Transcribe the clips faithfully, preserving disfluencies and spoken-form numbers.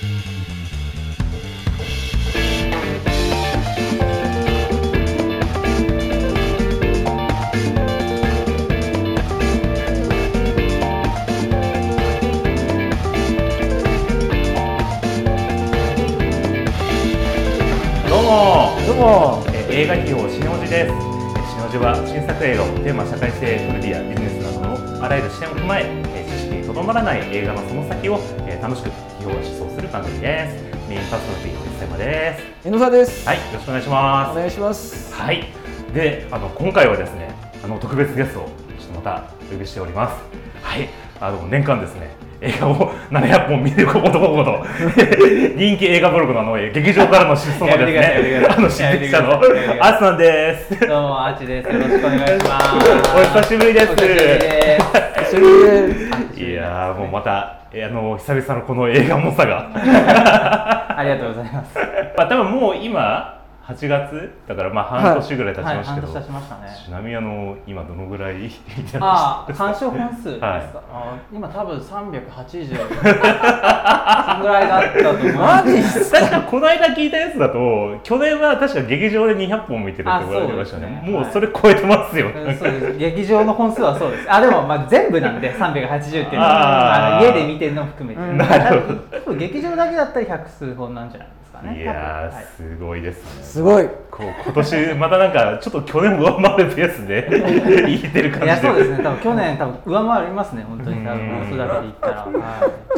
どうも、えー、映画批評しのじです。しのじは新作映画をテーマ、社会性、トレビア、ビジネスなどのあらゆる視点を踏まえ、えー、知識にとどまらない映画のその先を、えー、楽しく批評思想する番組です。メインパーソナリティの石山です。 江野沢です。 はい、よろしくお願いします。 お願いします。 はい、で、あの今回はですね、あの特別ゲストをちょっとまたお呼びしております。はい、あの年間ですね、映画をななひゃっぽん見ることほど人気映画ブログのあの劇場からの失踪のですね、あの執筆者のあつさんです。 どうもあちです。よろしくお願いします。 お久しぶりです。 お久しぶりです。 久しぶりです。 いやーもうまたあの久々のこの映画もさがありがとうございます。 まあ多分もう今はちがつだからまあ半年ぐらい経ちましたけど、 はいはい、半年経ちましたね。 ちなみにあの今どのぐらい見てました？ ああ、鑑賞本数ですか。はい、あ今多分さんびゃくはちじゅうそんぐらいだったと思います。マジですか？確かこの間聞いたやつだと去年は確か劇場でにひゃっぽん見てるって言われてましたね。ね、もうそれ超えてますよ、 はい、そうです。劇場の本数はそうです。あでもまあ全部なんでさんびゃくはちじゅうっていうのはあの家で見てるのも含めて、うん、なるほど。劇場だけだったらひゃくすうほんなんじゃないですかね。 いやー、はい、すごいですね。 すごい。 こう今年またなんかちょっと去年を上回るペースでいってる感じで。 いやそうですね。多分去年多分上回りますね。本当に多分本数だけで言ったら。はい、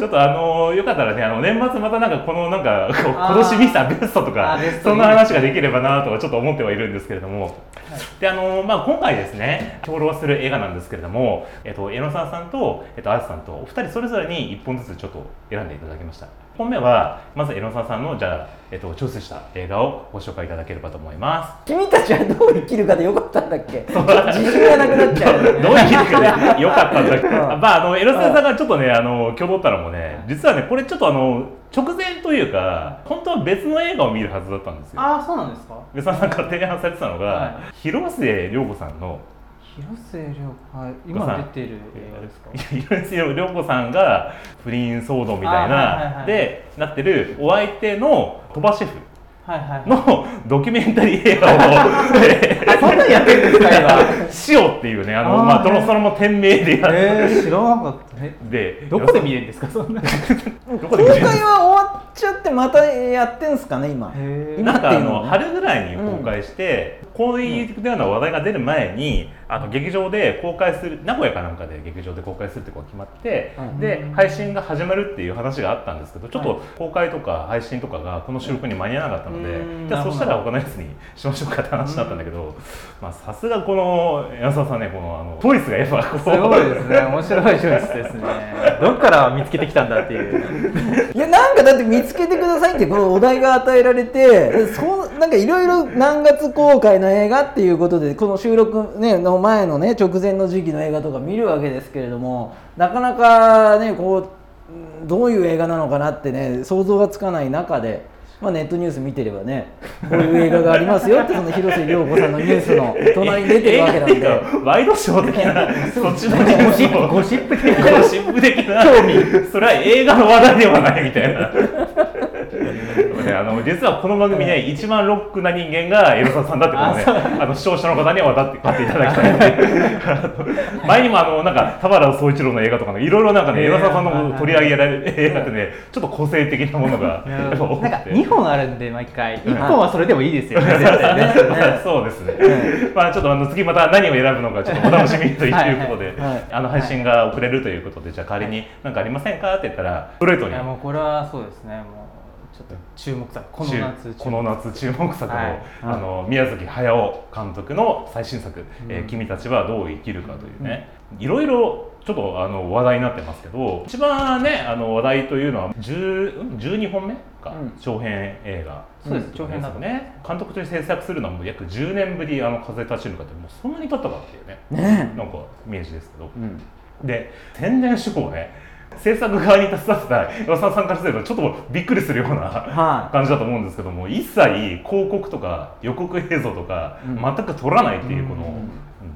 ちょっとあのよかったらね、あの年末またなんかこのなんかこう今年見たベストとかそんな話ができればなとかちょっと思ってはいるんですけれども。はい、であのまあ今回ですね評論する映画なんですけれども、えっと江野沢さんとえっとあつさんとお二人それぞれにいっぽんずつちょっと選んでいただきました。いっぽんめはまず江野沢さんのじゃあえっとチョイスした映画をご紹介いただければと思います。 君たちはどう生きるかでよかったんだっけ？自信がなくなっちゃう。 どう生きるかでよかったんだっけ？まああの江野沢さんがちょっとねあの今日取ったのもね、実はねこれちょっとあの直前というか本当は別の映画を見るはずだったんですよ。 ああそうなんですか。 江野沢さんから提案されてたのが、はい、広末涼子さんの広末涼子、はい、今出てる映画ですか？ 広末涼子さんが不倫騒動みたいな、はいはいはい、でなってるお相手の鳥羽シェフのドキュメンタリー映画をそんなにやってるんですか今？ しおっていうねあのあ、まあ、そのそのも店名でやって、 えー、知らなかった。でどこで見れるんですかそんな？ 公開は終わっちゃってまたやってんすかね今？ 今なんかあの春ぐらいに公開して、うん、こういうような話題が出る前にあの劇場で公開する名古屋かなんかで劇場で公開するってことが決まって、うん、で配信が始まるっていう話があったんですけどちょっと公開とか配信とかがこの収録に間に合わなかったので、うん、じゃあそしたら他のやつにしましょうかって話だったんだけど、まあさすがこの安田さんねこのあのチョイスがやっぱこうすごいですね。面白いチョイスですね。どっから見つけてきたんだっていういやなんかだって見つけてくださいってこのお題が与えられてそうなんかいろいろ何月公開の映画っていうことでこの収録、ね、の前のね直前の時期の映画とか見るわけですけれどもなかなかねこうどういう映画なのかなってね想像がつかない中で、まあ、ネットニュース見てればねこういう映画がありますよってその広末涼子さんのニュースの隣に出てるわけなんでワイドショー的なそっちのゴシップゴシップ的なゴシップ的な興味それは映画の話題ではないみたいなあの実はこの番組ね、一番ロックな人間が江野沢さんだってことね、あの視聴者の方には分かっていただきたいので前にもあのなんか田原総一郎の映画とかいろいろなんかね江野沢さんの取り上げられる映画ってねちょっと個性的なものがなんかにほんあるんで毎回いっぽんはそれでもいいですよねそうですねまあちょっとあの次また何を選ぶのかちょっとお楽しみということであの配信が遅れるということでじゃあ代わりに何かありませんかって言ったらストレートにいやもうこれはそうですねもうちょっと注目作この夏この夏注目作の、はい、あの宮崎駿監督の最新作、うんえー「君たちはどう生きるか」というね、うん、いろいろちょっとあの話題になってますけど一番ねあの話題というのはじゅうにほんめか、うん、長編映画そうです長編だとね監督として制作するのはもう約じゅうねんぶりあの風立ちぬかってもうそんなに経ったかっていうねねなんかイメージですけど、うん、で宣伝手法ね制作側に携わってた山沢さんからすればちょっとびっくりするような感じだと思うんですけども、一切広告とか予告映像とか全く撮らないっていうこの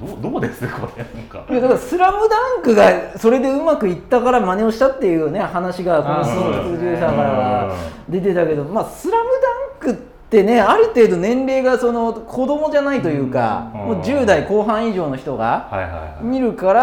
どうどうですこれなんか。 いやだからスラムダンクがそれでうまくいったから真似をしたっていうね話がこの鈴木プロデューサーからは出てたけど、まあスラムダンクってねある程度年齢がその子供じゃないというか、うん、もうじゅう代後半以上の人が見るから、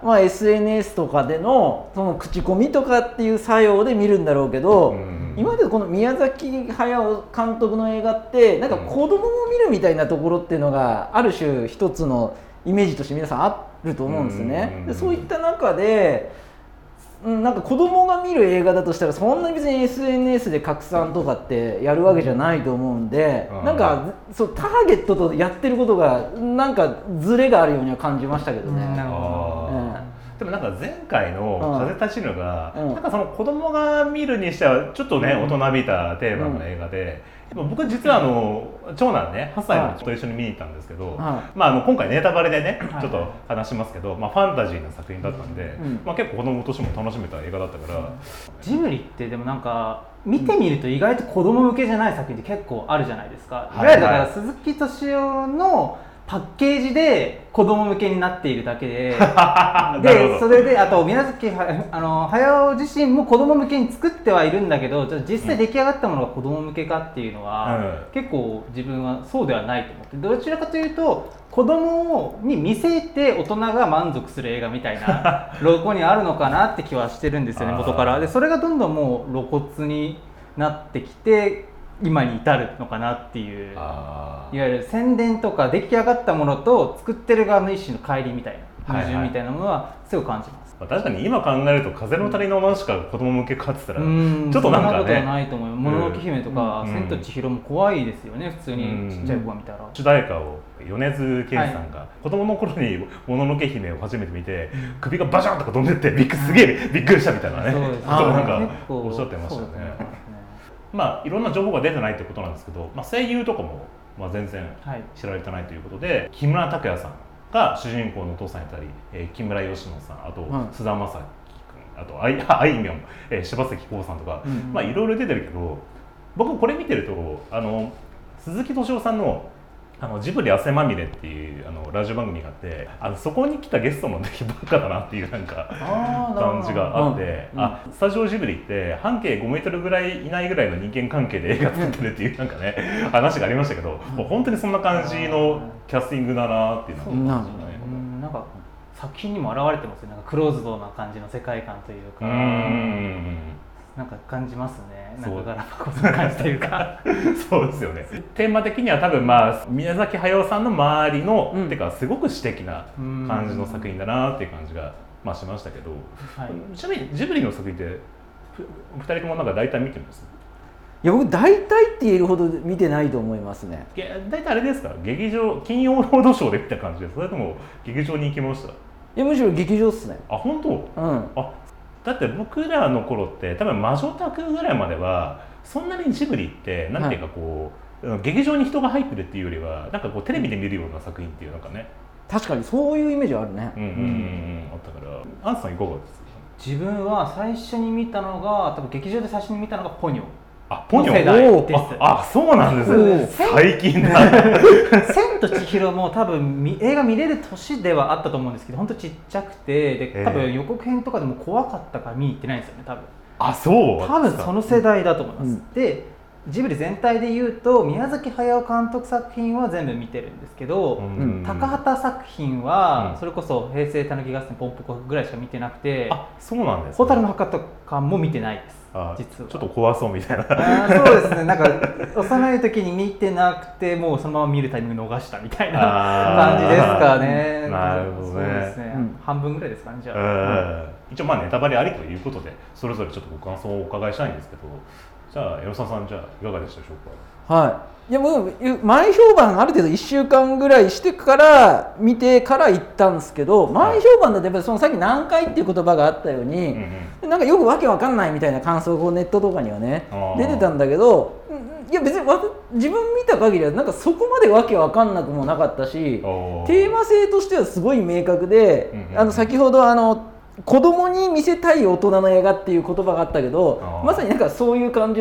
まあ、エスエヌエス とかでのその口コミとかっていう作用で見るんだろうけど、うん、今までこの宮崎駿監督の映画ってなんか子供も見るみたいなところっていうのがある種一つのイメージとして皆さんあると思うんですね。でそういった中でなんか子供が見る映画だとしたらそんなに別に エスエヌエス で拡散とかってやるわけじゃないと思うんで、なんかそうターゲットとやってることがなんかズレがあるようには感じましたけどね。なるほど、うんでもなんか前回の風立ちぬが、うん、なんかその子供が見るにしてはちょっとね、うん、大人びたテーマの映画で、うん、僕実はあの長男ねはっさいの子と一緒に見に行ったんですけど、はい、まあ、あの今回ネタバレでねちょっと話しますけど、まあ、ファンタジーな作品だったんで、うん、まあ、結構子供としても楽しめた映画だったから、 ジブリってでもなんか見てみると意外と子供向けじゃない作品って結構あるじゃないですか、いわゆるだから鈴木敏夫のパッケージで子供向けになっているだけででそれであと宮崎あの駿自身も子供向けに作ってはいるんだけど実際出来上がったものが子供向けかっていうのは、うん、結構自分はそうではないと思ってどちらかというと子供に見せて大人が満足する映画みたいなロゴにあるのかなって気はしてるんですよね元からでそれがどんどんもう露骨になってきて今に至るのかなっていういわゆる宣伝とか出来上がったものと作ってる側の一種の乖離みたいな矛盾みたいなものはすごく感じます、 はいはい、確かに今考えると風の谷のナウシカが子供向けかって言ったらちょっとなんかねそんなことはないと思うよもののけ姫とか千と千尋も怖いですよね普通にちっちゃい子が見たら主題歌を米津玄師さんが、はい、子供の頃にもののけ姫を初めて見て、うん、首がバシャンとか飛んでってびっくすげえびっくりしたみたいなねことをなんかおっしゃってましたよね。まあ、いろんな情報が出てないということなんですけど、まあ、声優とかもまあ全然知られてないということで、はい、木村拓哉さんが主人公のお父さんやったり、えー、木村佳乃さんあと菅、うん、田将暉君あとあいあいみょん、えー、柴咲コウさんとか、うんうん、まあいろいろ出てるけど僕これ見てるとあの鈴木敏夫さんのあのジブリ汗まみれっていうあのラジオ番組があってあのそこに来たゲストの出来ばっかだなっていうなんか感じがあって、うん、あスタジオジブリって半径ごメートルぐらい以内ぐらいの人間関係で映画作ってるっていうなんかね話がありましたけど、もう本当にそんな感じのキャスティングだなっていうのは感じましたね。 うんなんか作品にも表れてますよね。なんかクローズドな感じの世界観というか。うんなんか感じますね。なんかガラパゴスの感じというかそうですよね。テーマ的には多分まあ宮崎駿さんの周りの、うん、てかすごく詩的な感じの作品だなっていう感じがまあしましたけど、はい、ちなみにジブリの作品ってふたりともなんか大体見てます？ いや僕大体って言えるほど見てないと思いますね。 大体あれですか、劇場金曜ロードショーで見た感じです。それとも劇場に行きました？いやむしろ劇場っすね。 あ本当？うん。あだって僕らの頃って多分魔女宅ぐらいまではそんなにジブリってなんていうかこう、はい、劇場に人が入ってるっていうよりはなんかこうテレビで見るような作品っていうのかね。 確かにそういうイメージあるね。 うんうんうん、うん、あったから。アンさんいかがですか？ 自分は最初に見たのが多分劇場で最初に見たのがポニョ。 あ、ポニョ世代です。あ、あ、そうなんですね。最近だ。 千と千尋も多分映画見れる年ではあったと思うんですけど、本当ちっちゃくて、で多分予告編とかでも怖かったから見に行ってないんですよね、多分。 あ、そう。 多分その世代だと思います。うん、で、ジブリ全体で言うと宮崎駿監督作品は全部見てるんですけど、うん、高畑作品はそれこそ平成たぬき合戦ポンポコぐらいしか見てなくて、 あ、そうなんですね。 蛍の墓とかも見てないです。 あ実はちょっと怖そうみたいな。 あそうですね。なんか幼い時に見てなくてもうそのまま見るタイミング逃したみたいな感じですかね。 なるほどね。そうですね、 うん、半分ぐらいですかね。じゃあ、 うん、一応まあネタバレありということでそれぞれちょっとご感想をお伺いしたいんですけど、じゃあ江野沢さんじゃあいかがでしたでしょうか？はい。いやもう前評判ある程度いっしゅうかんぐらいしてから見てから行ったんですけど、前評判だとやっぱりそのさっき難解っていう言葉があったように、うんうん、なんかよくわけわかんないみたいな感想がネットとかにはね出てたんだけど、いや別に自分見た限りはなんかそこまでわけわかんなくもなかったし、テーマ性としてはすごい明確で、うんうん、あの先ほどあの子供に見せたい大人の映画っていう言葉があったけど、まさになんかそういう感じの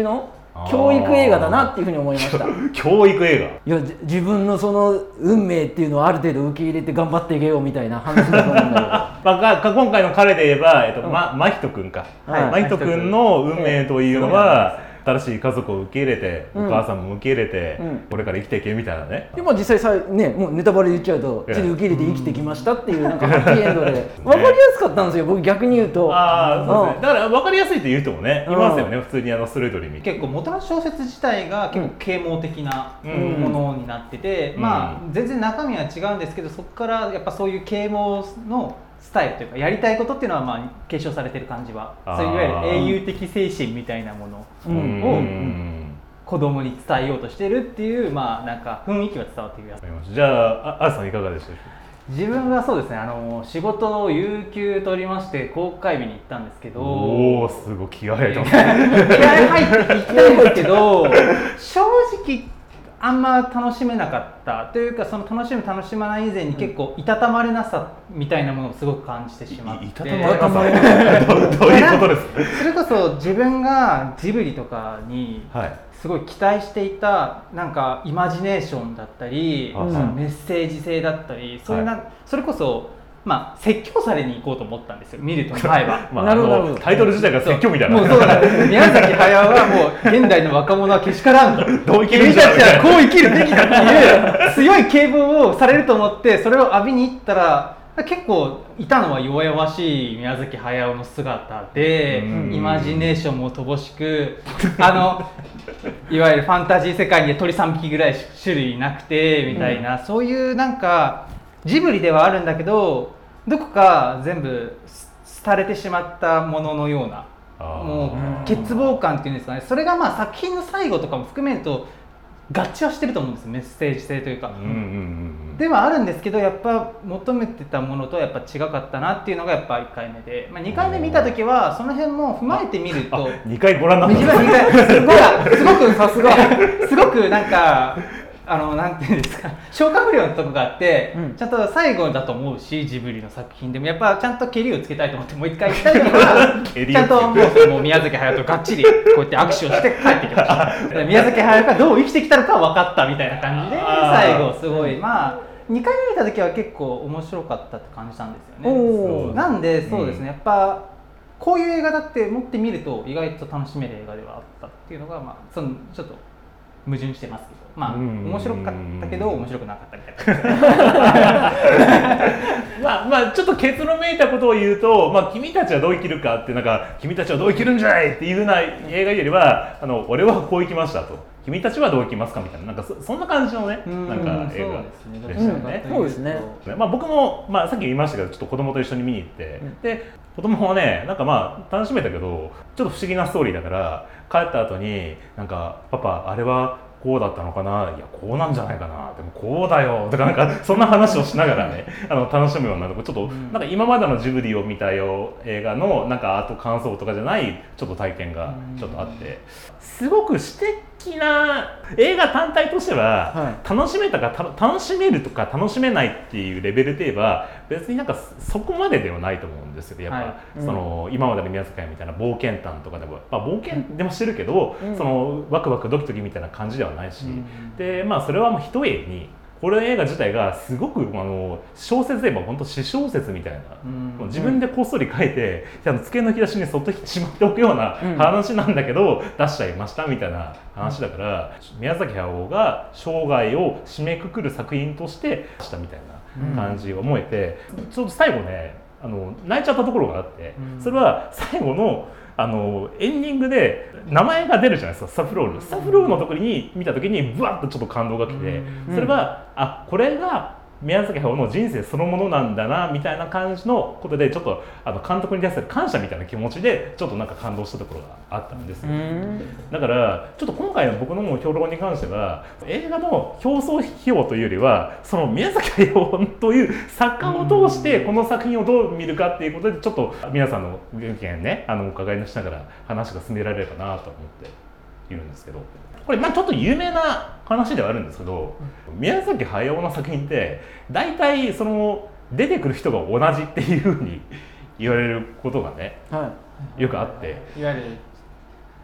教育映画だなっていうふうに思いました教育映画いや自分のその運命っていうのをある程度受け入れて頑張っていけようみたいな話だと思うんだけどまあ、今回の彼で言えば、えっとま、真人君か、はい、真人君の運命というのは、新しい家族を受け入れて、うん、お母さんも受け入れて、うん、これから生きていけみたいなね。 でも実際さ、ね、もうネタバレ言っちゃうと、受け入れて生きてきましたっていうなんかハッピーエンドで分かりやすかったんですよ、僕逆に言うと。 あそうですね、だから分かりやすいっていう人もね、いますよね、うん、普通にあのストレートに見て。 結構元の小説自体が結構啓蒙的なものになってて、うん、まあ全然中身は違うんですけど、そこからやっぱそういう啓蒙のスタイルというかやりたいことっていうのはまあ継承されてる感じは、そういういわゆる英雄的精神みたいなものを子供に伝えようとしてるっていうまあなんか雰囲気は伝わってくるやつ。 じゃあ、あ、あさんいかがでした？ 自分はそうですね、あの仕事を有給取りまして公開日に行ったんですけど、 おお、すごい気合入ってます。 気合入って行ったんですけど、正直あんま楽しめなかったというか、その楽しむ楽しまない以前に結構いたたまれなさみたいなものをすごく感じてしまって、いたたまれなさどういうことですか？それこそ自分がジブリとかにすごい期待していたなんかイマジネーションだったり、そのメッセージ性だったり、そういうな、それこそまあ説教されに行こうと思ったんですよ、見ると前は。 まあ、なるほど、タイトル自体が説教みたいな。 もうそうなんです。宮崎駿はもう現代の若者はけしからんと、君たちはこう生きるべきだっていう強い啓蒙をされると思って、それを浴びに行ったら結構いたのは弱々しい宮崎駿の姿で、イマジネーションも乏しく、あのいわゆるファンタジー世界に鳥さんびきぐらい種類なくてみたいな、うん、そういうなんかジブリではあるんだけどどこか全部廃れてしまったもののような、もう欠乏感っていうんですかね、それがまあ作品の最後とかも含めると合致はしてると思うんですよ、メッセージ性というか、うんうんうん、ではあるんですけど、やっぱ求めてたものとはやっぱ違かったなっていうのがやっぱいっかいめで、まあ、にかいめ見た時はその辺も踏まえてみると、 にかいご覧になったすごいすごくさすがすごくなんかあのなんていうんですか、消化不良のとこがあって、うん、ちゃんと最後だと思うし、ジブリの作品でもやっぱちゃんとケリをつけたいと思ってもう一回行きたい時はちゃんともう、もう宮崎駿とがっちりこうやって握手をして帰ってきました宮崎駿がどう生きてきたのか分かったみたいな感じで、最後すごいまあにかいめ見た時は結構面白かったって感じたんですよね。なんでそうですね、やっぱこういう映画だって持ってみると意外と楽しめる映画ではあったっていうのが、まあそのちょっと矛盾してますけど、まあ面白かったけど面白くなかったみたいなまあまあちょっと結論めいたことを言うと、まあ、君たちはどう生きるかって、なんか君たちはどう生きるんじゃないっていうふうな映画よりは、あの俺はこう生きましたと、君たちはどう生きますかみたいな、なんか そ, そんな感じのね、なんか映画でしたよね。 そうですね。 まあ僕も、まあ、さっき言いましたけど、ちょっと子供と一緒に見に行って、うん、で子供はね、なんかまあ楽しめたけど、ちょっと不思議なストーリーだから、帰った後になんかパパあれはこうだったのかな、いやこうなんじゃないかな、でもこうだよとか、なんかそんな話をしながらねあの楽しむような、ちょっとなんか今までのジブリを見たよ映画のなんかあと感想とかじゃないちょっと体験がちょっとあって、すごく詩的な映画単体としては楽しめたか、た楽しめるとか楽しめないっていうレベルで言えば別になんかそこまでではないと思うんですよ。やっぱ、はい、その、うん、今までの宮崎駿みたいな冒険譚とかでも、まあ、冒険でもしてるけど、うん、そのワクワクドキドキみたいな感じではないし、うん、でまあそれはもう一重にこれ映画自体がすごくあの小説で言えば本当詩小説みたいな、うん、自分でこっそり書いて、うん、机の引き出しにそっとしまっておくような話なんだけど、うん、出しちゃいましたみたいな話だから、うん、宮崎駿が生涯を締めくくる作品としてしたみたいな感じを思えて、うん、ちょっと最後ねあの泣いちゃったところがあって、うん、それは最後のあのエンディングで名前が出るじゃないですか、スタッフロールスタッフロールのところに見た時にブワッとちょっと感動が来て、それはあこれが宮崎駿の人生そのものなんだなみたいな感じのことで、ちょっとあの監督に対する感謝みたいな気持ちでちょっとなんか感動したところがあったんですよ。だからちょっと今回の僕の評論に関しては映画の表層費用というよりは、その宮崎駿という作家を通してこの作品をどう見るかっていうことで、ちょっと皆さんのご意見ねあのお伺いしながら話が進められればなと思っているんですけど、これまあちょっと有名な話ではあるんですけど、宮崎駿の作品って大体その出てくる人が同じっていうふうに言われることがね、はい、よくあって、 いわゆる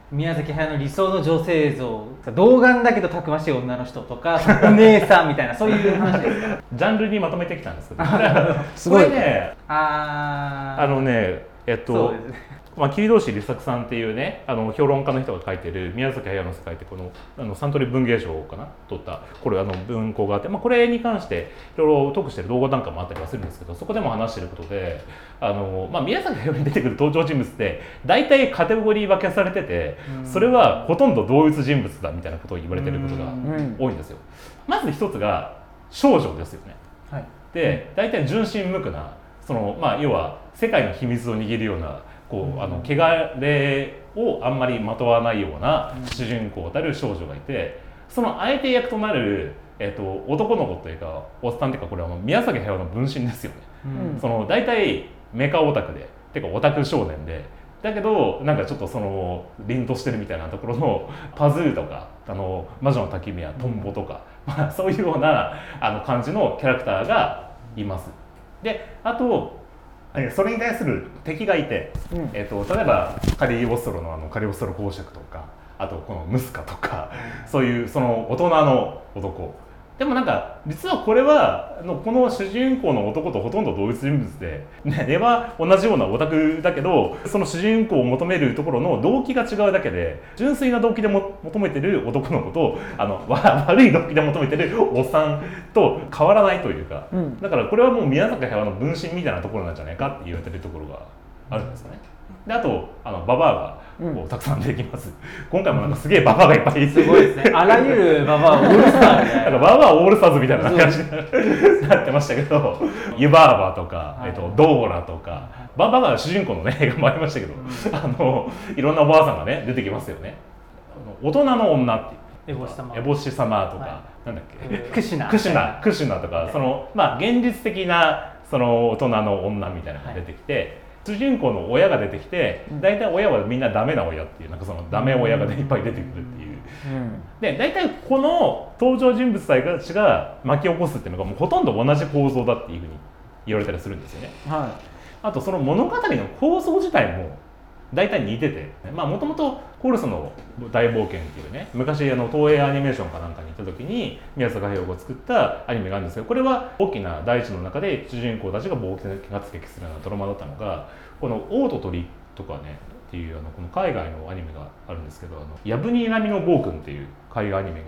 宮崎駿の理想の女性像、童顔だけどたくましい女の人とかお姉さんみたいなそういう話ですか。 ジャンルにまとめてきたんですけどすごいこれねああのねえっと、 そうですね、 まあ、桐堂氏利作さんっていうねあの評論家の人が書いてる宮崎駿の世界ってこのあのサントリー文芸賞かな取ったこれあの文庫があって、まあ、これに関していろいろ得してる動画なんかもあったりはするんですけど、そこでも話してることであの、まあ、宮崎駿に出てくる登場人物って大体カテゴリー分けされてて、それはほとんど同一人物だみたいなことを言われてることが多いんですよ。まず一つが少女ですよね。 はい、 で大体純真無垢なその、まあ、要は世界の秘密を握るようなこうあの汚れをあんまりまとわないような主人公たる少女がいて、その相手役となる、えっと、男の子というかおっさんというかこれはもう宮崎駿の分身ですよね。 うん、 その大体メカオタクでてかオタク少年でだけどなんかちょっとその凛としてるみたいなところのパズーとかあの魔女の焚き火やトンボとか、まあ、そういうようなあの感じのキャラクターがいます。であとそれに対する敵がいて、うん、えー、と例えばカリオストロのあのカリオストロ公爵とかあとこのムスカとか、うん、そういうその大人の男でもなんか実はこれはのこの主人公の男とほとんど同一人物で、ね、根は同じようなオタクだけどその主人公を求めるところの動機が違うだけで純粋な動機でも求めてる男の子とあの悪い動機で求めてるおっさんと変わらないというか、うん、だからこれはもう宮崎駿の分身みたいなところなんじゃないかって言われてるところがあるんですよね。であとあのババアがこうたくさん出てきます、うん、今回もなんかすげえババアがいっぱいいて、 すごいですね、あらゆるババアオールスターみたいな、 なんかババアオールスターズみたいな感じになってましたけど湯婆婆とか、はい、えっと、ドーラとかババアが主人公の、ね、映画もありましたけど、うん、あのいろんなおばあさんがね出てきますよね。あの大人の女っていうエボシ様エボシ様とか、はい、なんだっけ、 クシナクシナクシナとか、はい、そのまあ現実的なその大人の女みたいなのが出てきて、はい、主人公の親が出てきて大体親はみんなダメな親っていうなんかそのダメ親が、ね、いっぱい出てくるっていう、うん、で大体この登場人物たちが巻き起こすっていうのがもうほとんど同じ構造だっていうふうに言われたりするんですよね、はい、あとその物語の構造自体も大体似てて、もともとコルソの大冒険っていうね昔あの東映アニメーションかなんかに行った時に宮崎駿が作ったアニメがあるんですけど、これは大きな大地の中で主人公たちが冒険活劇するようなドラマだったのが、この「王と鳥」とかねっていうあのこの海外のアニメがあるんですけど、あのヤブニ並みの暴君っていう海外アニメがあって、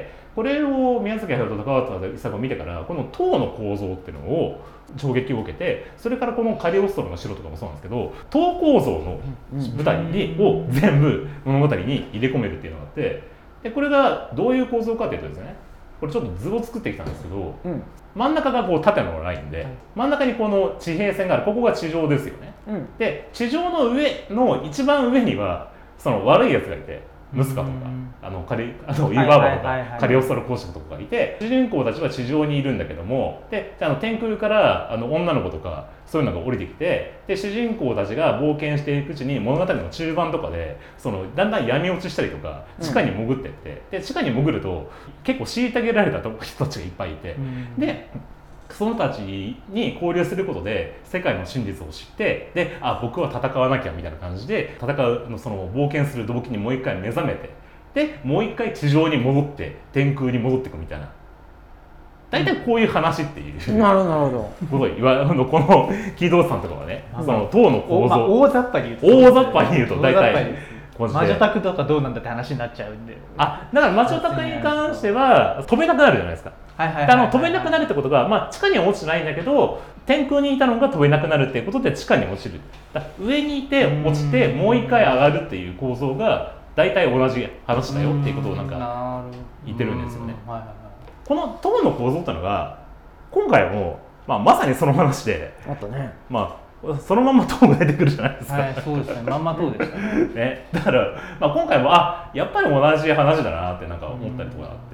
これを宮崎駿と高畑勲が見てからこの塔の構造っていうのを衝撃を受けて、それからこのカリオストロの城とかもそうなんですけど塔構造の舞台にを全部物語に入れ込めるっていうのがあって、でこれがどういう構造かというとですね、これちょっと図を作ってきたんですけど、うん、真ん中がこう縦のラインで、はい、真ん中にこの地平線がある、ここが地上ですよね、うん、で地上の上の一番上にはその悪いやつがいてムスカとか、あのカリあのユバーバとかカリオストロ公爵とかがいて、主人公たちは地上にいるんだけども、であの天空からあの女の子とかそういうのが降りてきて、で主人公たちが冒険していくうちに物語の中盤とかでそのだんだん闇落ちしたりとか地下に潜っていって、うん、で地下に潜ると結構虐げられた人たちがいっぱいいて、うん、でその人たちに交流することで世界の真実を知って、であ僕は戦わなきゃみたいな感じで戦うのその冒険する動機にもう一回目覚めて、でもう一回地上に戻って天空に戻っていくみたいな、大体こういう話っていう、 うん、なるほどことを言わこの木戸さんとかはね、その塔の構造、まあ、 大雑把に言うと大雑把に言うと大体魔女宅とかどうなんだって話になっちゃうんで、 あだから魔女宅に関しては飛べなくなるじゃないですか。飛べなくなるってことが、まあ、地下には落ちてないんだけど天空にいたのが飛べなくなるっていうことで地下に落ちる、だ上にいて落ちてもう一回上がるっていう構造が大体同じ話だよっていうことをなんか言ってるんですよね。この塔の構造っていうのが今回も、まあ、まさにその話であとね、 まあそのまま塔が出てくるじゃないですか。 はい、そうですね。まんま塔でしたね。 ね、だから、まあ、今回もあやっぱり同じ話だなってなんか思ったりとかあって、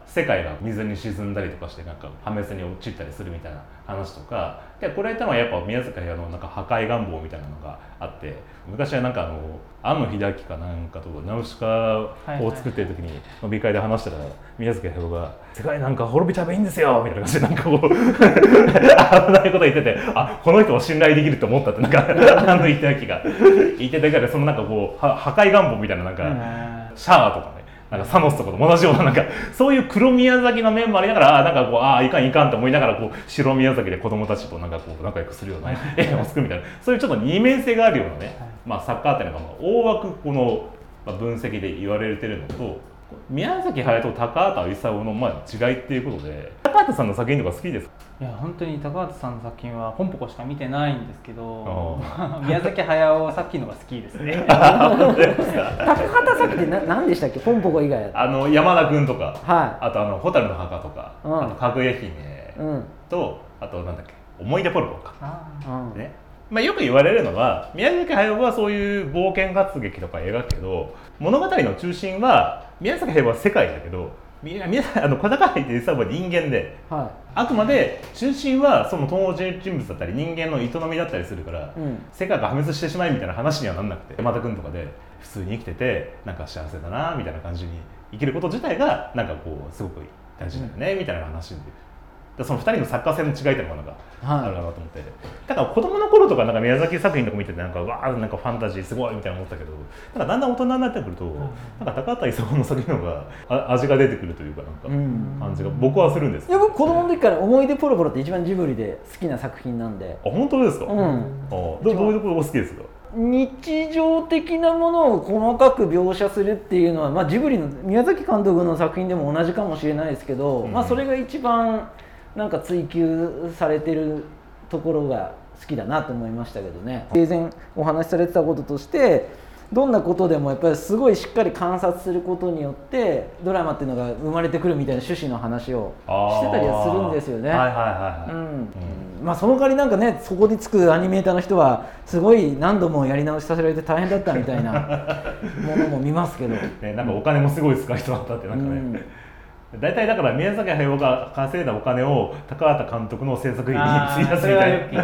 世界が水に沈んだりとかしてなんか破滅に陥ったりするみたいな話とかで、これ言ったのはやっぱ宮崎駿のなんか破壊願望みたいなのがあって、昔はなんかあの庵野秀明かなんかとナウシカを作ってる時に飲み会で話したら、宮崎駿が「世界なんか滅びちゃえばいいんですよ」みたいな感じでなんかこう危ないこと言ってて、あ、この人を信頼できると思ったってなんか庵野秀明が言ってたから、そのなんかこう破壊願望みたいななんかシャアとかね、なんかサノスとかと同じようななんかそういう黒宮崎の面もありながら、なんかこうああいかんいかんと思いながらこう白宮崎で子供たちとなんかこう仲良くするような映画を作るみたいな、そういうちょっと二面性があるようなね、まあ、サッカーっていうのが大枠この分析で言われてるのと、宮崎駿と高畑勲のまあ違いっていうことで、高畑さんの作品とか好きですか？ いや本当に高畑さんの作品はポンポコしか見てないんですけど、宮崎駿作品のが好きですね。 高畑作ってな何でしたっけ？ポンポコ以外あの山田君とか、 はい、 あとあの蛍の墓とか、うん、あとかぐや姫と、うん、あとなんだっけ思い出ポルコか、あ、ね、まあ、よく言われるのは宮崎駿はそういう冒険活劇とか描くけど、物語の中心は宮崎駿は世界だけど、宮あの小高いって実は人間で、はい、あくまで中心はその登場人物だったり人間の営みだったりするから、うん、世界が破滅してしまいみたいな話にはなんなくて、山田君とかで普通に生きててなんか幸せだなみたいな感じに生きること自体がなんかこうすごく大事だよね、うん、みたいな話で。そのふたりの作家性の違いっていうのがなんかあるかなと思って、はい、だから子供の頃とかなんか宮崎作品とか見ててなんかわーなんかファンタジーすごいみたいな思ったけど、なんかだんだん大人になってくると、うん、なんか高畑勲の作品の方が味が出てくるというかなんか感じが僕はするんですけど、 いや僕子供の時から思い出ポロポロって一番ジブリで好きな作品なんで。 あ、本当ですか？うん、あど, どういうところが好きですか？ 日常的なものを細かく描写するっていうのは、まあ、ジブリの宮崎監督の作品でも同じかもしれないですけど、うん、まあ、それが一番なんか追求されてるところが好きだなと思いましたけどね。生前お話しされてたこととして、どんなことでもやっぱりすごいしっかり観察することによってドラマっていうのが生まれてくるみたいな趣旨の話をしてたりはするんですよね。まあその代わりなんかね、そこにつくアニメーターの人はすごい何度もやり直しさせられて大変だったみたいなものも見ますけど、 ね、なんかお金もすごい使う人だったってなんかね、うん大体だから宮崎駿が稼いだお金を高畑監督の制作費に費やすみたいな。だ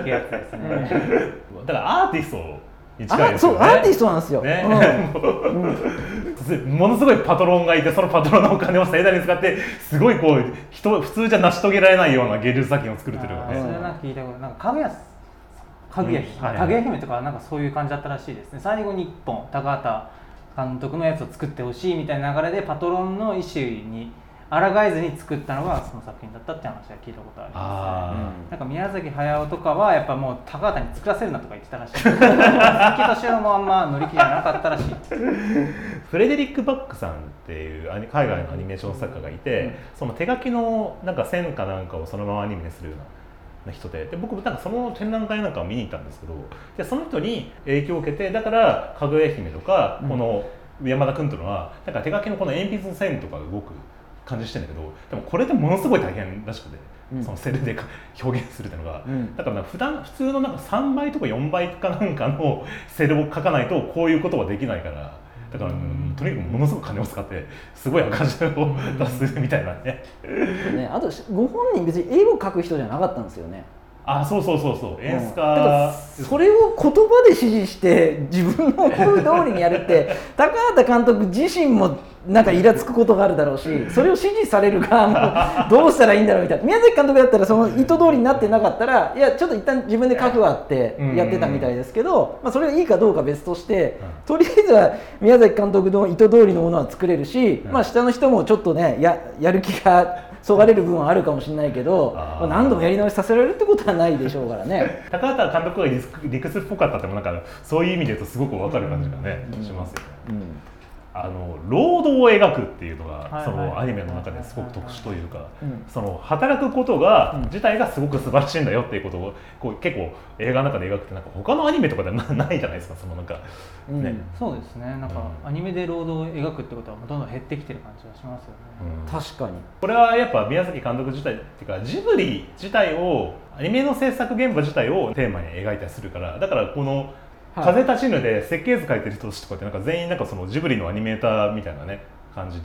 からアーティストに近いですよね。 そう、アーティストなんですよ。ねうん、ものすごいパトロンがいて、そのパトロンのお金を盛大に使ってすごいこう人普通じゃ成し遂げられないような芸術作品を作るっていうのがね。 それなんか聞いたことなんかかぐやかぐやかぐや姫とかなんかそういう感じだったらしいですね。最後にいっぽん高畑監督のやつを作ってほしいみたいな流れでパトロンの意思に抗えずに作ったのがその作品だったって話は聞いたことありますね。うん、なんか宮崎駿とかはやっぱもう高畑に作らせるなとか言ってたらしい。鈴木敏夫もあんま乗り気じゃなかったらしい。 フレデリック・バックさんっていう海外のアニメーション作家がいて、うん、その手書きのなんか線かなんかをそのままアニメにするような人で、で僕なんかその展覧会なんかを見に行ったんですけど、でその人に影響を受けて、だからかぐや姫とか、うん、この山田君というのはなんか手書きのこの鉛筆の線とか動く感じしてるんだけど、でもこれでものすごい大変らしくて、うん、そのセルで表現するっていうのが、うん、だから普段普通のなんかさんばいとかよんばいかなんかのセルを書かないとこういうことはできないから、だから、うん、とにかくものすごく金を使ってすごい赤字を出すみたいなね。 ね、あとご本人別に絵を描く人じゃなかったんですよね。 あ、そうそうそうそう、演出家、 うん、それを言葉で指示して自分の思う通りにやるって高畑監督自身もなんかイラつくことがあるだろうし、それを指示される側もどうしたらいいんだろうみたいな。宮崎監督だったらその意図通りになってなかったら、いやちょっと一旦自分で書くわってやってたみたいですけど、まあ、それがいいかどうか別として、とりあえずは宮崎監督の意図通りのものは作れるし、まあ、下の人もちょっとね や, やる気がそがれる部分はあるかもしれないけど、まあ、何度もやり直しさせられるってことはないでしょうからね。 高畑監督が理屈っぽかったってもなんかそういう意味で言うとすごく分かる感じがね、うん、しますよね。うんうん、あの労働を描くっていうのがそのアニメの中ですごく特殊というか、その働くことが自体がすごく素晴らしいんだよっていうことをこう結構映画の中で描くってなんか他のアニメとかではないじゃないですか。そのなんか、ね、 うん、そうですね。なんかアニメで労働を描くってことはどんどん減ってきてる感じがしますよね。 うん、確かにこれはやっぱ宮崎監督自体っていうかジブリ自体をアニメの制作現場自体をテーマに描いたりするから、だからこの風立ちぬで設計図描いてる人たちとかってなんか全員なんかそのジブリのアニメーターみたいなね感じで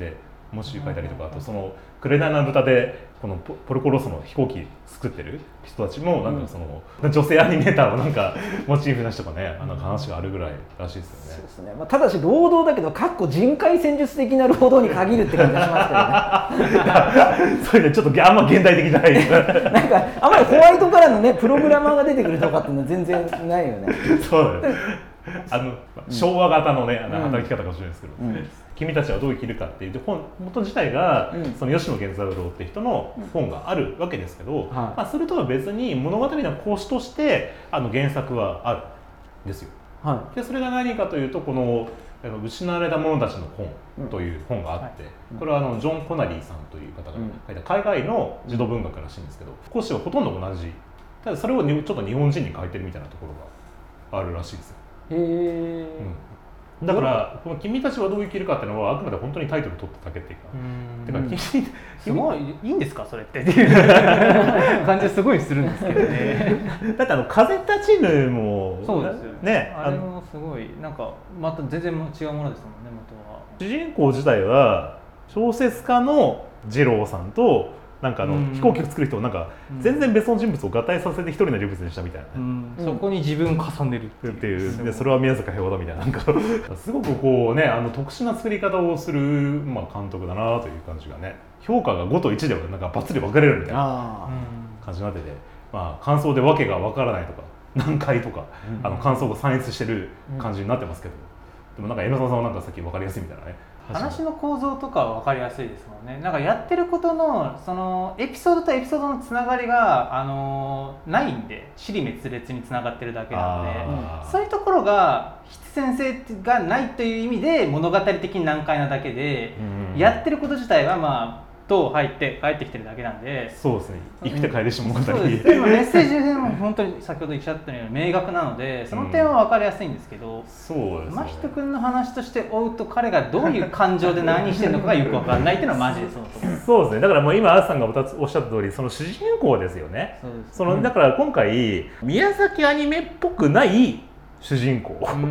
モチーフ描いたりとか、あとその紅の豚でこのポポルコロッソの飛行機作ってる人たちもなんかその、うん、女性アニメーターをなんかモチーフな人とかね、あの話があるぐらいらしいですよね。 そうですね、まあ、ただし労働だけどかっこ人海戦術的な労働に限るって感じがしますけどね。 それでちょっとあんま現代的じゃないなんかあんまりホワイトからのねプログラマーが出てくるとかっていうのは全然ないよね。 そうだね。あの昭和型のね、あの働き方かもしれないですけど、うんうん、君たちはどう生きるかっていう本元自体が、うん、その吉野源三郎って人の本があるわけですけど、うん、まあ、それとは別に物語の講師としてあの原作はあるんですよ。はい、でそれが何かというとこの「失われた者たちの本」という本があって、うん、これはあのジョン・コナリーさんという方が書いた海外の児童文学らしいんですけど、講師はほとんど同じ、ただそれをちょっと日本人に書いてるみたいなところがあるらしいですよ。へー、うん、だからこの君たちはどう生きるかっていうのはあくまで本当にタイトル取っただけっていうか、うんてか、うん、 すごいいいんですかそれってっていう感じはすごいするんですけどね。 だってあの風立ちぬもそうですよね。あれもすごいなんかまた全然違うものですもんね。元は主人公自体は小説家の二郎さんとなんかあの、うん、飛行機を作る人をなんか全然別の人物を合体させて一人の人物にしたみたいな、ね、 うん、そこに自分を重ねるっていう、でそれは宮坂平和だみたいな、なんかすごくこうね、あの特殊な作り方をする、まあ、監督だなという感じがね、評価がごといちではなんかバッツリ分かれるみたいな感じになってて、まあ、感想で訳が分からないとか難解とか、うん、あの感想が散逸してる感じになってますけど、でもなんか江ノ沢さんはなんかさっき分かりやすいみたいなね、 話の構造とかは分かりやすいですもんね。なんかやってることのそのエピソードとエピソードのつながりがあのないんで、支離滅裂につながってるだけなので、そういうところが必然性がないという意味で物語的に難解なだけで、うんうん、やってること自体はまあと入って帰ってきてるだけなんで、 そうですね、生きて帰りし物語、 そうです。でもメッセージ性も本当に先ほどおっしゃったように明確なので、その点は分かりやすいんですけど、うん、そうですね、真人君の話として追うと彼がどういう感情で何してるのかがよく分かんないっていうのはマジでそうだと思う。 そうですね、だからもう今アースさんがおっしゃった通り、その主人公ですよね。そうですね。そのだから今回宮崎アニメっぽくない主人公、うん、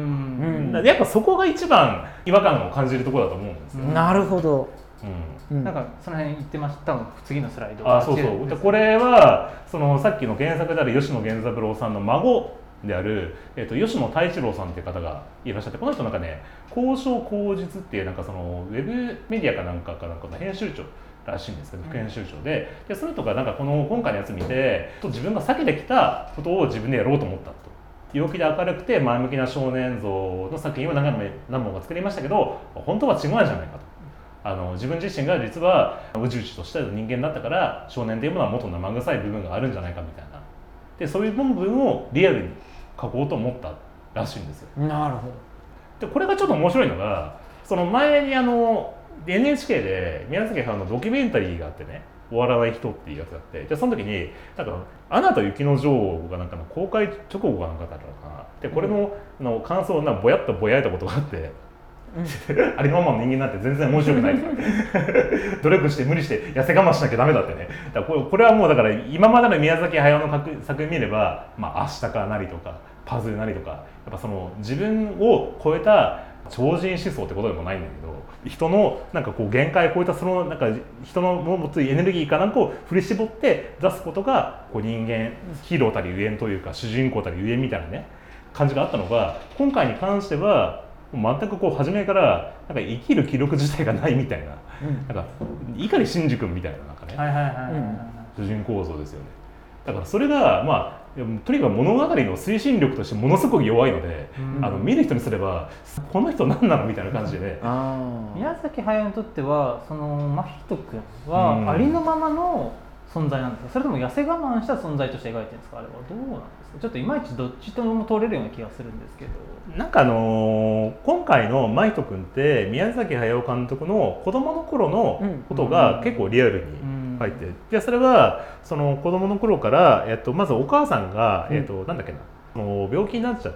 やっぱそこが一番違和感を感じるところだと思うんですよ。 なるほど。 うん、なんかその辺言ってました。多分次のスライドあ、そうそう。でこれはそのさっきの原作である吉野源三郎さんの孫である、えー、と吉野太一郎さんっていう方がいらっしゃって、この人なんかね、交渉口実っていうなんかそのウェブメディアかなんかかなんかの編集長らしいんですけど、副編集長で、でその人がなんかこの今回のやつ見て、自分が避けてきたことを自分でやろうと思ったと。陽気で明るくて前向きな少年像の作品を何本か作りましたけど、本当は違うんじゃないかと。あの自分自身が実はうじうじとした人間だったから、少年というものはもっと生臭い部分があるんじゃないかみたいな、でそういう部分をリアルに書こうと思ったらしいんですよ。 なるほど。でこれがちょっと面白いのが、その前にあの エヌエイチケー で宮崎駿のドキュメンタリーがあってね、終わらない人っていうやつがあって、でその時になんか「アナと雪の女王」がなんかの公開直後かなんかだったのかな、でこれの、うん、の感想をなんかぼやっとぼやいたことがあって、うん、ありのままの人間なんて全然面白くないとか努力して無理して痩せ我慢しなきゃダメだってね。だからこれはもうだから今までの宮崎駿の作品見れば、まあ、明日かなりとかパズルなりとか、やっぱその自分を超えた超人思想ってことでもないんだけど、人のなんかこう限界を超えたそのなんか人の持つエネルギーかなんかを振り絞って出すことが、こう人間ヒーローたりゆえんというか主人公たりゆえんみたいなね感じがあったのが、今回に関しては全くこう初めからなんか生きる記録自体がないみたいな、うん、なんか碇シンジ君みたいななんかね、はいはいはいはい、主人公像ですよね。だからそれがまあとにかく物語の推進力としてものすごく弱いので、うん、あの見る人にすればこの人何なのみたいな感じでね。 宮崎駿にとってはその真人君はありのままの存在なんですか、それとも痩せ我慢した存在として描いてるんですか、あれはどうなんですか。ちょっといまいちどっちとも通れるような気がするんですけど、 なんかあのー、今回の真人君って宮崎駿監督の子供の頃のことが結構リアルに書いて、うんうん、でそれはその子供の頃から、えっと、まずお母さんが、えっと、なんだっけな、その病気になっちゃって、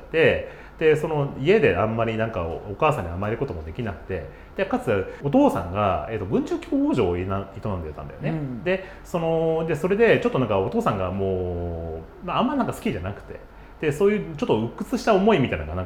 でその家であんまりなんかお母さんに甘えることもできなくて、でかつお父さんが、えー、と文中工場を営んでたんだよね、うん、でそのでそれでちょっとなんかお父さんがもう、まあ、あんまなんか好きじゃなくて、でそういうちょっと鬱屈した思いみたいなのがなんか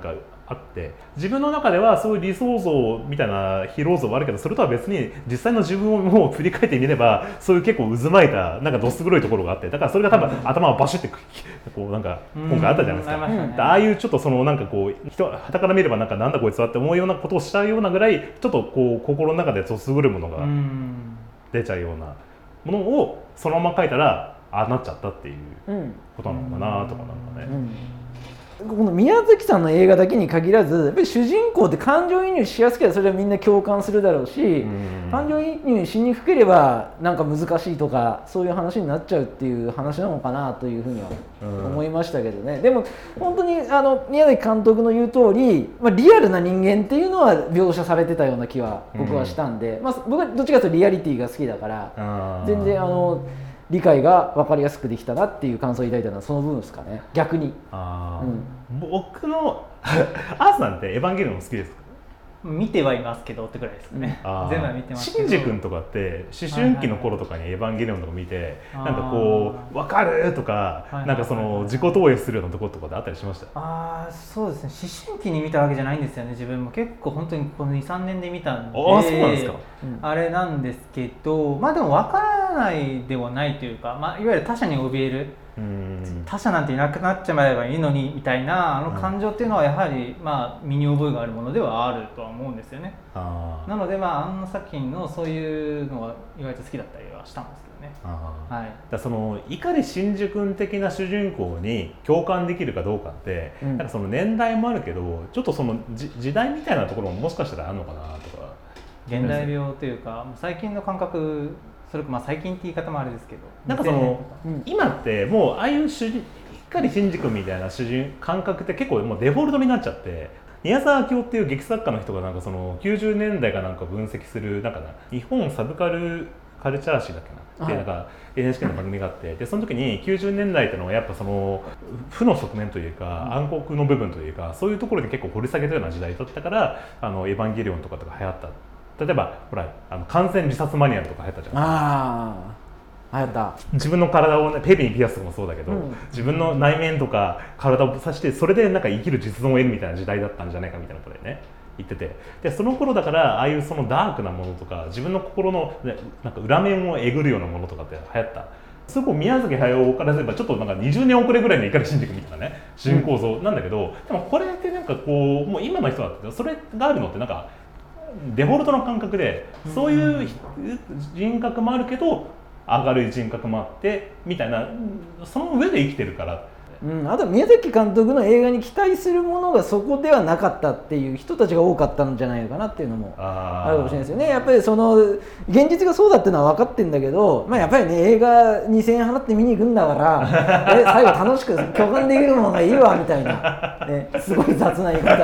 あって、自分の中ではそういう理想像みたいなヒーロー像はあるけど、それとは別に実際の自分をもう振り返ってみればそういう結構渦巻いたなんかどす黒いところがあって、だからそれが多分頭をバシッてこうなんか今回あったじゃないですか、うん、ああいうちょっとそのなんかこう人傍から見ればなんかなんだこいつはって思うようなことをしちゃうようなぐらいちょっとこう心の中でどす黒いものが出ちゃうようなものをそのまま書いたらああなっちゃったっていうことなのかなとかなんかね、うんうんこの宮崎さんの映画だけに限らずやっぱり主人公って感情移入しやすければそれはみんな共感するだろうし、うん、感情移入しにくければなんか難しいとかそういう話になっちゃうっていう話なのかなというふうには思いましたけどね、うん、でも本当にあの宮崎監督の言う通り、まあ、リアルな人間っていうのは描写されてたような気は僕はしたんで、うんまあ、僕はどっちかというとリアリティが好きだから全然あの理解が分かりやすくできたなっていう感想を抱いたのはその部分ですかね。逆にあ、うん、僕のアースなんてエヴァンゲリオン好きですか？ 見てはいますけどってくらいですね、うん、全部は見てますけど。 シンジ君とかって思春期の頃とかにエヴァンゲリオンとか見て、はいはい、なんかこう分かるとか、はいはい、なんかその自己投影するようなところとかであったりしました？ あそうですね、思春期に見たわけじゃないんですよね。自分も結構本当にこの にさんねんで見たんで、 あそうなんですか、 うん、あれなんですけど、まあでも分からないではないというか、まあ、いわゆる他者に怯える、うん他者なんていなくなっちまえばいいのにみたいなあの感情っていうのはやはり、まあ、身に覚えがあるものではあるとは思うんですよね。あなので、まあ、あの作品のそういうのは意外と好きだったりはしたんですけどね。 あ、はい、だその碇シンジ君的な主人公に共感できるかどうかって、うん、なんかその年代もあるけどちょっとそのじ時代みたいなところももしかしたらあるのかなとか。 現代病というか最近の感覚それかまあ最近って言い方もあれですけど、 なんかその、うん、今ってもうああいう主人碇シンジ君みたいな主人感覚って結構もうデフォルトになっちゃって、宮沢明夫っていう劇作家の人がなんかそのきゅうじゅうねんだいかなんか分析するなんかな日本サブカルカルチャー誌だっけなってなんか エヌエイチケー の番組があって、でその時にきゅうじゅうねんだいっていうのはやっぱその負の側面というか暗黒の部分というかそういうところで結構掘り下げたような時代だったからあのエヴァンゲリオンとかとか流行った。例えばほらあの完全自殺マニュアルとか流行ったじゃないですか。 ああ流行った。 自分の体を、ね、ペイペイにピアスとかもそうだけど、うん、自分の内面とか体を刺してそれでなんか生きる実存を得るみたいな時代だったんじゃないかみたいなことでね言ってて、でその頃だからああいうそのダークなものとか自分の心の、ね、なんか裏面をえぐるようなものとかって流行った。そこ宮崎駿からすればちょっとなんかにじゅうねん遅れぐらいの碇シンジ君みたいなね主人公像なんだけど、うん、でもこれってなんかこうもう今の人だってそれがあるのってなんかデフォルトの感覚でそういう人格もあるけど明るい人格もあってみたいなその上で生きてるから。 うん、あと宮崎監督の映画に期待するものがそこではなかったっていう人たちが多かったんじゃないのかなっていうのもあるかもしれないですよね。やっぱりその現実がそうだっていうのは分かってるんだけど、まあ、やっぱりね映画にせんえん払って見に行くんだからえ最後楽しく共感できるものがいいわみたいな、ね、すごい雑な言い方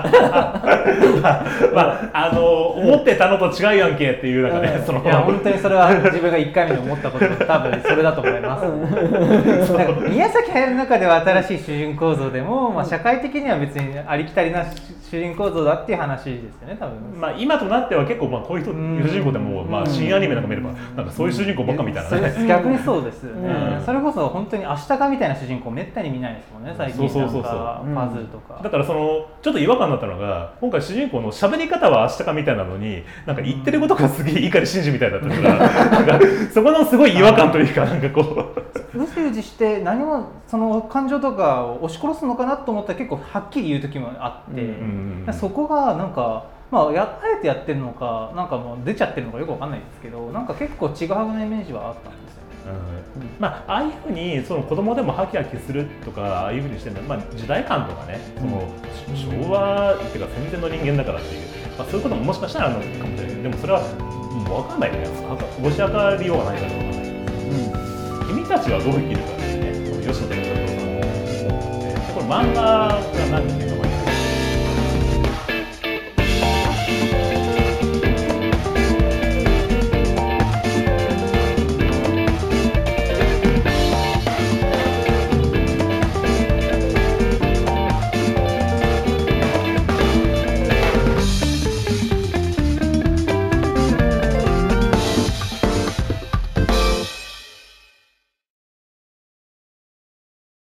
まああの思ってたのと違うやんけっていうなんかね、うん、そのいや本当にそれは自分がいっかいめに思ったこと多分それだと思いますなんか宮崎駿の中では新しい主人公像でも、まあ、社会的には別にありきたりな主人公像だっていう話ですよね多分。 まあ今となっては結構まあこういう人主人公でもまあ新アニメなんか見ればなんかそういう主人公ばっかみたいなね。 逆にそうですよね。それこそ本当に明日かみたいな主人公めったに見ないですもんね最近。なんかそうそうそうそうパズルとか。 だからそのちょっと違和感だったのが今回主人公の喋り方は明日かみたいなのになんか言ってることがすげえ碇シンジみたいだったからなんかそこのすごい違和感というかなんかこううじうじして何もその感情とかを押し殺すのかなと思ったら結構はっきり言う時もあって、うんうん、そこがなんか、まあ、やあえてやってるのかなんかもう出ちゃってるのかよくわかんないですけどなんか結構ちぐはぐなイメージはあったんですよね。 うんうんまあ、ああいうふうにその子供でもハキハキするとかああいうふうにしてるのは、まあ、時代感とかねその昭和っていうか戦前の人間だからっていう、まあ、そういうことももしかしたらあるのかもしれないでもそれはもう分かんないねごし明かりようがないから分かんないです、うん、君たちはどう生きるかですね吉野哲郎さんのこれ漫画がなんかね